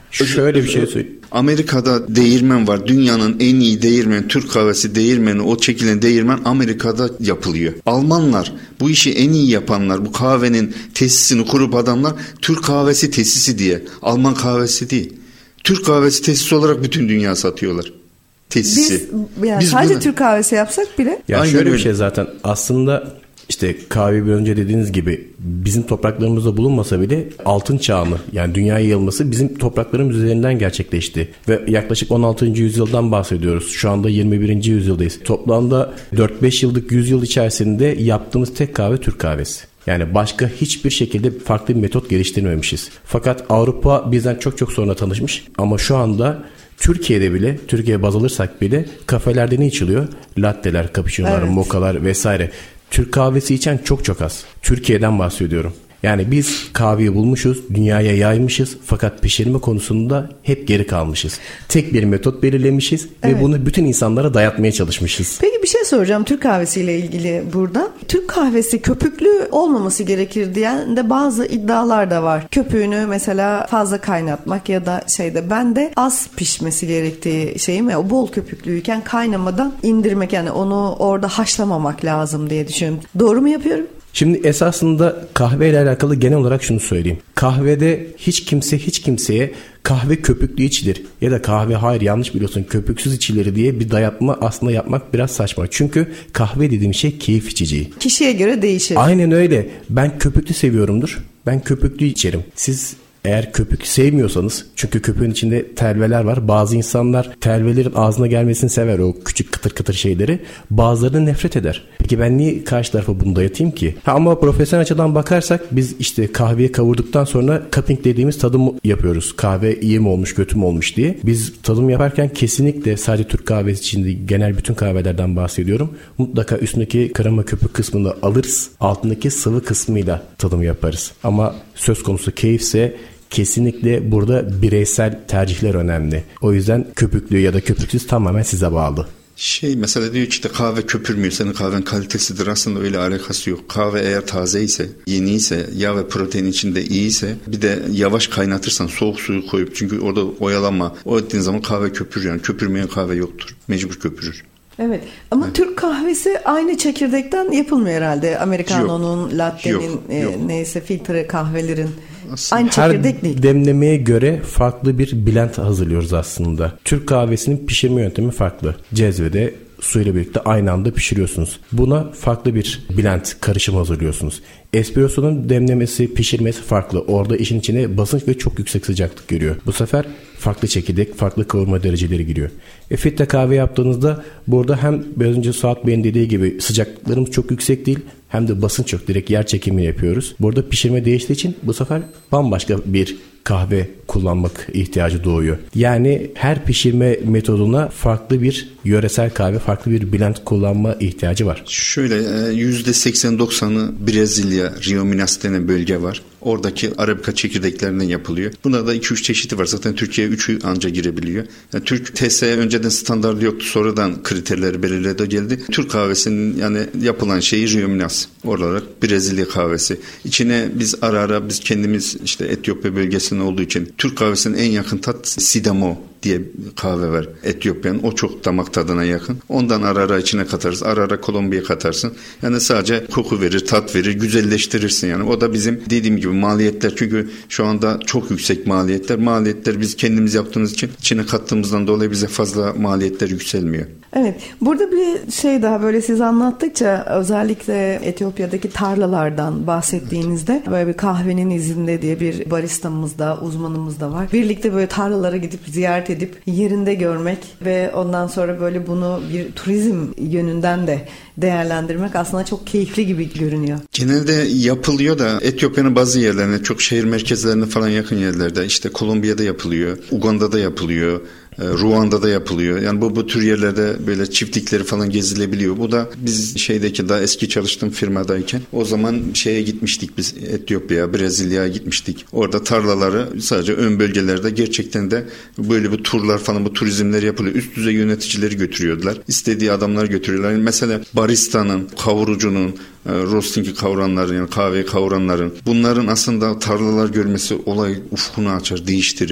Şöyle bir şey söyleyeyim. Amerika'da değirmen var. Dünyanın en iyi değirmeni, Türk kahvesi değirmeni, o çekilen değirmen Amerika'da yapılıyor. Almanlar, bu işi en iyi yapanlar, bu kahvenin tesisini kurup adamlar Türk kahvesi tesisi diye. Alman kahvesi değil. Türk kahvesi tesisi olarak bütün dünya satıyorlar. Tesisi. Biz, yani Biz sadece bunu... Türk kahvesi yapsak bile. Ya Aynen şöyle öyle. Bir şey zaten aslında işte kahve bir önce dediğiniz gibi bizim topraklarımızda bulunmasa bile altın çağını, yani dünyaya yayılması bizim topraklarımız üzerinden gerçekleşti. Ve yaklaşık on altıncı yüzyıldan bahsediyoruz. Şu anda yirmi birinci yüzyıldayız. Toplamda dört beş yıllık yüzyıl içerisinde yaptığımız tek kahve Türk kahvesi. Yani başka hiçbir şekilde farklı bir metot geliştirmemişiz. Fakat Avrupa bizden çok çok sonra tanışmış. Ama şu anda Türkiye'de bile, Türkiye'ye baz alırsak bile kafelerde ne içiliyor? Latteler, cappuccino'lar, evet. mokalar vesaire. Türk kahvesi içen çok çok az. Türkiye'den bahsediyorum. Yani biz kahveyi bulmuşuz, dünyaya yaymışız fakat pişirme konusunda hep geri kalmışız. Tek bir metot belirlemişiz evet. ve bunu bütün insanlara dayatmaya çalışmışız. Peki bir şey soracağım Türk kahvesiyle ilgili burada. Türk kahvesi köpüklü olmaması gerekir diyen de bazı iddialar da var. Köpüğünü mesela fazla kaynatmak ya da şeyde ben de az pişmesi gerektiği şeyim ya, o bol köpüklüyken kaynamadan indirmek, yani onu orada haşlamamak lazım diye düşünüyorum. Doğru mu yapıyorum? Şimdi esasında kahve ile alakalı genel olarak şunu söyleyeyim. Kahvede hiç kimse hiç kimseye kahve köpüklü içilir ya da kahve hayır yanlış biliyorsun köpüksüz içilir diye bir dayatma aslında yapmak biraz saçma. Çünkü kahve dediğim şey keyif içeceği. Kişiye göre değişir. Aynen öyle. Ben köpüklü seviyorumdur. Ben köpüklü içerim. Siz eğer köpük sevmiyorsanız, çünkü köpüğün içinde telveler var. Bazı insanlar telvelerin ağzına gelmesini sever, o küçük kıtır kıtır şeyleri. Bazıları nefret eder. Peki ben niye karşı tarafa bunu dayatayım ki? Ha, ama profesyonel açıdan bakarsak biz işte kahveyi kavurduktan sonra cupping dediğimiz tadım yapıyoruz. Kahve iyi mi olmuş kötü mü olmuş diye. Biz tadım yaparken kesinlikle sadece Türk kahvesi için değil, genel bütün kahvelerden bahsediyorum. Mutlaka üstündeki krema köpük kısmını alırız. Altındaki sıvı kısmıyla tadım yaparız. Ama söz konusu keyifse kesinlikle burada bireysel tercihler önemli. O yüzden köpüklü ya da köpüksüz tamamen size bağlı. Şey mesela diyor ki işte kahve köpürmüyor, senin kahven kalitesidir, aslında öyle alakası yok. Kahve eğer taze ise, yeni ise, yağ ve protein içinde iyiyse, bir de yavaş kaynatırsan, soğuk suyu koyup, çünkü orada oyalanma, o ettiğin zaman kahve köpürür, yani köpürmeyen kahve yoktur, mecbur köpürür. Evet ama evet. Türk kahvesi aynı çekirdekten yapılmıyor herhalde. Americano'nun, latte'nin, yok, yok. E, neyse filtre kahvelerin aslında aynı çekirdek değil. Her demlemeye göre farklı bir blend hazırlıyoruz aslında. Türk kahvesinin pişirme yöntemi farklı. Cezvede suyla birlikte aynı anda pişiriyorsunuz. Buna farklı bir blend karışım hazırlıyorsunuz. Espresso'nun demlemesi, pişirmesi farklı. Orada işin içine basınç ve çok yüksek sıcaklık giriyor. Bu sefer farklı çekirdek, farklı kavurma dereceleri giriyor. E filtre kahve yaptığınızda burada hem biraz önce Suat Bey'in dediği gibi sıcaklıklarımız çok yüksek değil, hem de basınç yok. Direkt yer çekimi yapıyoruz. Burada pişirme değiştiği için bu sefer bambaşka bir kahve kullanmak ihtiyacı doğuyor. Yani her pişirme metoduna farklı bir yöresel kahve, farklı bir blend kullanma ihtiyacı var. Şöyle yüzde seksen doksanı Brezilya, Rio Minas denen bölge var. Oradaki Arabica çekirdeklerinden yapılıyor. Buna da iki üç çeşidi var. Zaten Türkiye üçü anca girebiliyor. Yani Türk T S E önceden standartı yoktu. Sonradan kriterleri belirledi geldi. Türk kahvesinin yani yapılan şeyi Rio Minas. Olarak Brezilya kahvesi. İçine biz ara ara biz kendimiz işte Etiyopya bölgesinde olduğu için Türk kahvesinin en yakın tat Sidamo diye kahve var Etiyopya'nın. O çok damak tadına yakın. Ondan ara ara içine katarız. Ara ara Kolombiya katarsın. Yani sadece koku verir, tat verir, güzelleştirirsin yani. O da bizim dediğim gibi maliyetler. Çünkü şu anda çok yüksek maliyetler. Maliyetler biz kendimiz yaptığımız için içine kattığımızdan dolayı bize fazla maliyetler yükselmiyor. Evet. Burada bir şey daha böyle siz anlattıkça özellikle Etiyopya'daki tarlalardan bahsettiğinizde evet. Böyle bir kahvenin izinde diye bir baristamız da uzmanımız da var. Birlikte böyle tarlalara gidip ziyaret edip yerinde görmek ve ondan sonra böyle bunu bir turizm yönünden de değerlendirmek aslında çok keyifli gibi görünüyor. Genelde yapılıyor da Etiyopya'nın bazı yerlerine, çok şehir merkezlerine falan yakın yerlerde, işte Kolombiya'da yapılıyor, Uganda'da yapılıyor, Ruanda'da yapılıyor. Yani bu bu tür yerlerde böyle çiftlikleri falan gezilebiliyor. Bu da biz şeydeki daha eski çalıştığım firmadayken o zaman şeye gitmiştik biz, Etiyopya, Brezilya'ya gitmiştik. Orada tarlaları sadece ön bölgelerde gerçekten de böyle bu turlar falan, bu turizmler yapılıyor. Üst düzey yöneticileri götürüyorlar. İstediği adamlar götürüyorlar. Yani mesela baristanın, kavurucunun, roasting'i kavuranların, yani kahveyi kavuranların, bunların aslında tarlalar görmesi olay ufkunu açar, değiştirir.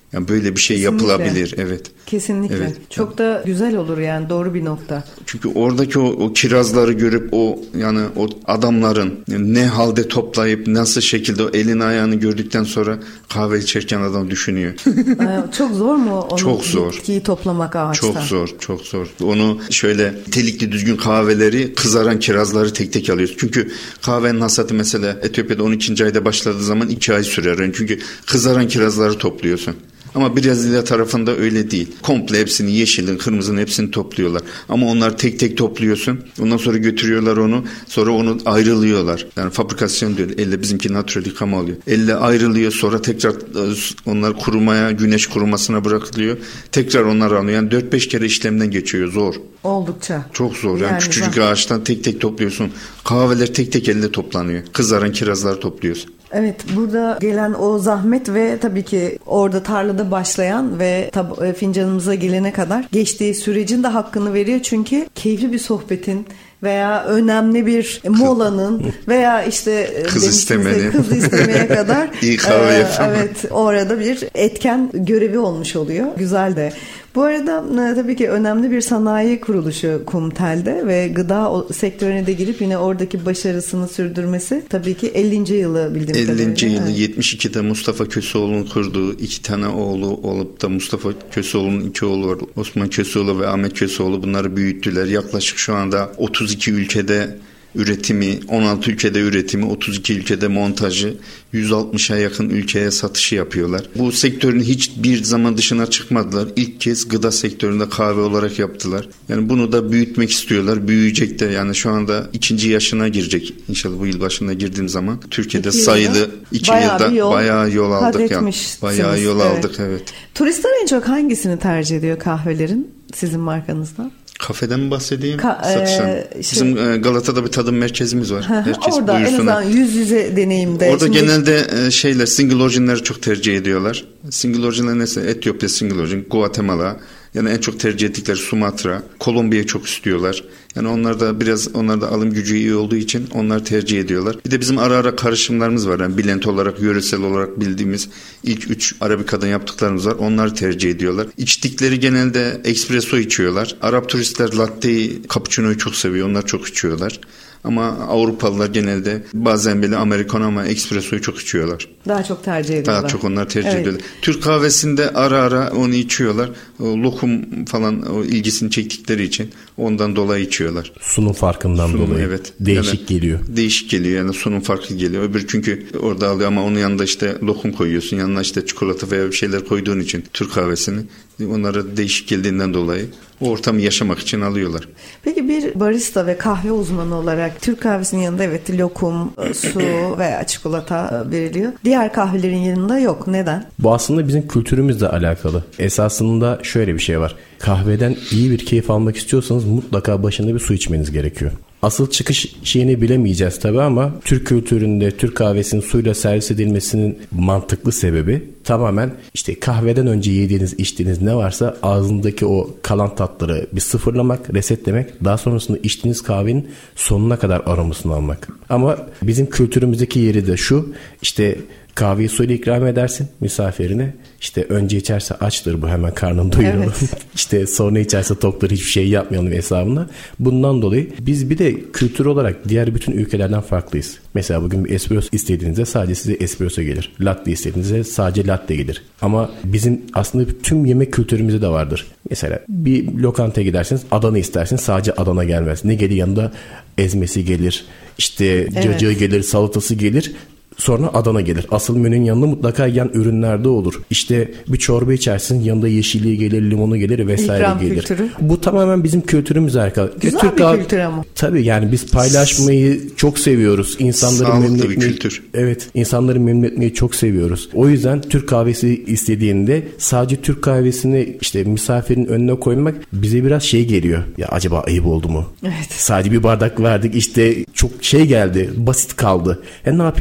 Yani böyle bir şey Kesinlikle. yapılabilir. Evet. Kesinlikle. Evet. Çok yani. da güzel olur yani, doğru bir nokta. Çünkü oradaki o, o kirazları görüp o yani o adamların ne halde toplayıp nasıl şekilde o elini ayağını gördükten sonra kahve içerken adam düşünüyor. Çok zor mu onu çok zor. bitkiyi toplamak ağaçtan? Çok zor, çok zor. Onu şöyle telikli düzgün kahveleri, kızaran kirazları tek tek alıyoruz. Çünkü kahvenin hasatı mesela Etiyopya'da on ikinci ayda başladığı zaman iki ay sürer. Yani çünkü kızaran kirazları topluyorsun. Ama Brezilya tarafında öyle değil. Komple hepsini, yeşilin, kırmızının hepsini topluyorlar. Ama onlar tek tek topluyorsun. Ondan sonra götürüyorlar onu. Sonra onu ayrılıyorlar. Yani fabrikasyon diyor. Elle bizimki natürel yıkama oluyor. Elle ayrılıyor. Sonra tekrar onlar kurumaya, güneş kurumasına bırakılıyor. Tekrar onlar alınıyor. Yani dört beş kere işlemden geçiyor. Zor. Oldukça. Çok zor. Yani, yani küçücük ben... ağaçtan tek tek topluyorsun. Kahveler tek tek elde toplanıyor. Kızaran kirazlar topluyorsun. Evet, burada gelen o zahmet ve tabii ki orada tarlada başlayan ve tab- fincanımıza gelene kadar geçtiği sürecin de hakkını veriyor. Çünkü keyifli bir sohbetin veya önemli bir molanın veya işte kız istemeye kız istemeye kadar iyi kahve e, yapın. Evet, orada bir etken görevi olmuş oluyor. Güzel de. Bu arada tabii ki önemli bir sanayi kuruluşu Kumtel'de ve gıda sektörüne de girip yine oradaki başarısını sürdürmesi tabii ki ellinci yılı bildiğim kadarıyla. ellinci yılı evet. yetmiş ikide Mustafa Köseoğlu'nun kurduğu iki tane oğlu olup da Mustafa Köseoğlu'nun iki oğlu var. Osman Köseoğlu ve Ahmet Köseoğlu bunları büyüttüler. Yaklaşık şu anda otuz iki ülkede üretimi, on altı ülkede üretimi, otuz iki ülkede montajı, yüz altmışa yakın ülkeye satışı yapıyorlar. Bu sektörün hiçbir zaman dışına çıkmadılar. İlk kez gıda sektöründe kahve olarak yaptılar. Yani bunu da büyütmek istiyorlar. Büyüyecek de, yani şu anda ikinci yaşına girecek. İnşallah bu yıl başına girdiğim zaman. Türkiye'de iki sayılı yılda, iki bayağı yılda yol, bayağı yol aldık. Yani. Bayağı yol evet. aldık evet. Turistler en çok hangisini tercih ediyor kahvelerin sizin markanızdan? Kafeden mi bahsedeyim? Ka- Satıştan. E, şey, Bizim e, Galata'da bir tadım merkezimiz var. Herkes orada buyursun. En azından yüz yüze deneyimde. Orada Şimdi... genelde e, şeyler, single origin'leri çok tercih ediyorlar. Single origin'ler neyse, Etiyopya single origin, Guatemala, yani en çok tercih ettikleri Sumatra, Kolombiya'yı çok istiyorlar. Yani onlar da biraz, onlar da alım gücü iyi olduğu için onlar tercih ediyorlar. Bir de bizim ara ara karışımlarımız var. Yani blend olarak, yöresel olarak bildiğimiz ilk üç Arabika'dan yaptıklarımız var. Onları tercih ediyorlar. İçtikleri genelde espresso içiyorlar. Arap turistler latte'yi, cappuccino'yu çok seviyor. Onlar çok içiyorlar. Ama Avrupalılar genelde bazen bile Americano ama espressoyu çok içiyorlar. Daha çok tercih ediyorlar. Daha çok onlar tercih evet. ediyorlar. Türk kahvesinde ara ara onu içiyorlar. O lokum falan o ilgisini çektikleri için ondan dolayı içiyorlar. Sunum farkından sunum, dolayı. Evet. Değişik yani, geliyor. Değişik geliyor. Yani sunum farklı geliyor. Öbür çünkü orada alıyor ama onun yanında işte lokum koyuyorsun. Yanına işte çikolata veya bir şeyler koyduğun için Türk kahvesini, onlara değişik geldiğinden dolayı o ortamı yaşamak için alıyorlar. Peki bir barista ve kahve uzmanı olarak Türk kahvesinin yanında evet lokum, su veya çikolata veriliyor. Diğer kahvelerin yanında yok. Neden? Bu aslında bizim kültürümüzle alakalı. Esasında şöyle bir şey var. Kahveden iyi bir keyif almak istiyorsanız mutlaka başında bir su içmeniz gerekiyor. Asıl çıkış şeyini bilemeyeceğiz tabii ama Türk kültüründe Türk kahvesinin suyla servis edilmesinin mantıklı sebebi tamamen işte kahveden önce yediğiniz, içtiğiniz ne varsa ağzındaki o kalan tatları bir sıfırlamak, resetlemek, daha sonrasında içtiğiniz kahvenin sonuna kadar aromasını almak. Ama bizim kültürümüzdeki yeri de şu, işte kahveyi suyla ikram edersin misafirine. İşte önce içerse açtır bu, hemen karnını doyuralım. Evet. İşte sonra içerse toktur, hiçbir şey yapmayalım hesabına. Bundan dolayı biz bir de kültür olarak diğer bütün ülkelerden farklıyız. Mesela bugün bir espresso istediğinizde sadece size espresso gelir. Latte istediğinizde sadece latte gelir. Ama bizim aslında tüm yemek kültürümüzde de vardır. Mesela bir lokantaya gidersiniz, Adana istersiniz, sadece Adana gelmez. Ne gelir yanında? Ezmesi gelir, işte cacığı evet. gelir, salatası gelir. Sonra Adana gelir. Asıl menünün yanında mutlaka yan ürünlerde olur. İşte bir çorba içersin, yanında yeşilliği gelir, limonu gelir vesaire İkram gelir. Kültürü. Bu tamamen bizim kültürümüzle alakalı. Güzel Türk bir abi, kültür ama. Tabii yani biz paylaşmayı çok seviyoruz. İnsanları Sağlıklı memnun bir etmeyi, kültür. Evet, insanları memnun etmeyi çok seviyoruz. O yüzden Türk kahvesi istediğinde sadece Türk kahvesini işte misafirin önüne koymak bize biraz şey geliyor. Ya acaba ayıp oldu mu? Evet. Sadece bir bardak verdik, işte çok şey geldi, basit kaldı. Ya ne yapayım? Yanında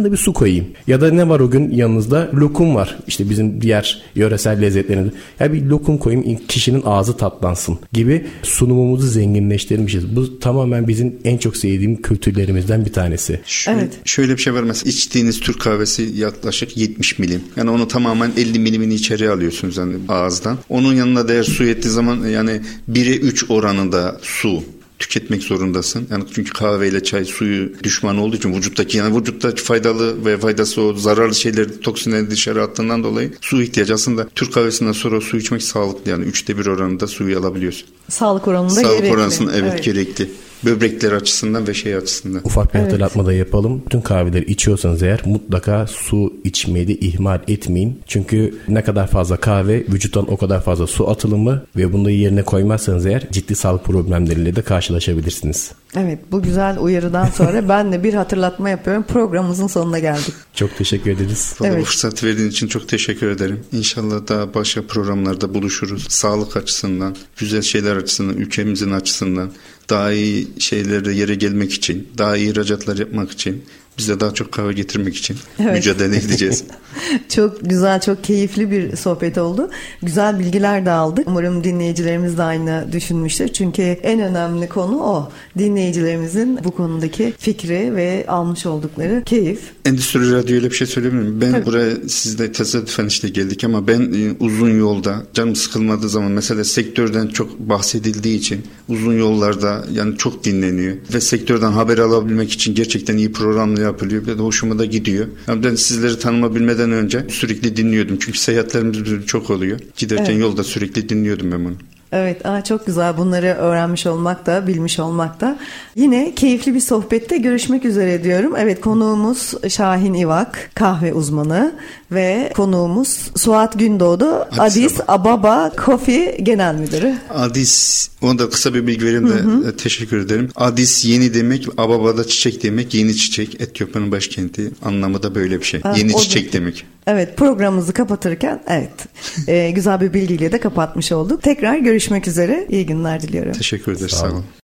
yanına da bir su koyayım. Ya da ne var o gün yanınızda? Lokum var. İşte bizim diğer yöresel lezzetlerinde. Ya bir lokum koyayım, kişinin ağzı tatlansın gibi sunumumuzu zenginleştirmişiz. Bu tamamen bizim en çok sevdiğim kültürlerimizden bir tanesi. Şöyle, evet. Şöyle bir şey var mesela, içtiğiniz Türk kahvesi yaklaşık yetmiş milim. Yani onu tamamen elli milimini içeriye alıyorsunuz yani ağızdan. Onun yanına değer su ettiği zaman yani bire üç oranında su tüketmek zorundasın. Yani çünkü kahveyle çay suyu düşman olduğu için vücuttaki, yani vücutta faydalı ve faydası o zararlı şeyleri, toksinleri dışarı attığından dolayı su ihtiyacı. Aslında Türk kahvesinden sonra su içmek sağlıklı, yani üçte bir oranında suyu alabiliyorsun. Sağlık oranında Sağlık gerekli. Sağlık oranında evet, evet gerekli. Böbrekler açısından ve şey açısından. Ufak bir evet. hatırlatma da yapalım. Bütün kahveleri içiyorsanız eğer mutlaka su içmeyi de ihmal etmeyin. Çünkü ne kadar fazla kahve, vücuttan o kadar fazla su atılımı ve bunu yerine koymazsanız eğer ciddi sağlık problemleriyle de karşılaşabilirsiniz. Evet, bu güzel uyarıdan sonra ben de bir hatırlatma yapıyorum. Programımızın sonuna geldik. Çok teşekkür ederiz. Bana evet. bu fırsat verdiğin için çok teşekkür ederim. İnşallah daha başka programlarda buluşuruz. Sağlık açısından, güzel şeyler açısından, ülkemizin açısından daha iyi şeylere yere gelmek için, daha iyi ihracatlar yapmak için, bize daha çok kahve getirmek için evet. mücadele edeceğiz. Çok güzel, çok keyifli bir sohbet oldu. Güzel bilgiler de aldık. Umarım dinleyicilerimiz de aynı düşünmüştür. Çünkü en önemli konu o. Dinleyicilerimizin bu konudaki fikri ve almış oldukları keyif. Endüstri Radyo ile bir şey söyleyebilir miyim? Ben Tabii. buraya sizle tesadüfen işte geldik ama ben e, uzun yolda canım sıkılmadığı zaman mesela sektörden çok bahsedildiği için uzun yollarda yani çok dinleniyor ve sektörden haber alabilmek için gerçekten iyi programlar yapılıyor. Bir de hoşuma da gidiyor. Yani ben sizleri tanıma bilmeden önce sürekli dinliyordum. Çünkü seyahatlerimiz çok oluyor. Giderken evet. yolda sürekli dinliyordum ben bunu. Evet, aa, çok güzel. Bunları öğrenmiş olmak da, bilmiş olmak da. Yine keyifli bir sohbette görüşmek üzere diyorum. Evet, konuğumuz Şahin İvak, kahve uzmanı ve konuğumuz Suat Gündoğdu, Addis, Addis Ababa Coffee Genel Müdürü. Addis, ona da kısa bir bilgi vereyim de hı hı. teşekkür ederim. Addis yeni demek, Ababa'da çiçek demek, yeni çiçek. Etiyopya'nın başkenti anlamı da böyle bir şey. Ha, yeni çiçek da demek. Evet, programımızı kapatırken evet e, güzel bir bilgiyle de kapatmış olduk. Tekrar görüşmek üzere. İyi günler diliyorum. Teşekkür ederiz. Sağ olun. Sağ olun.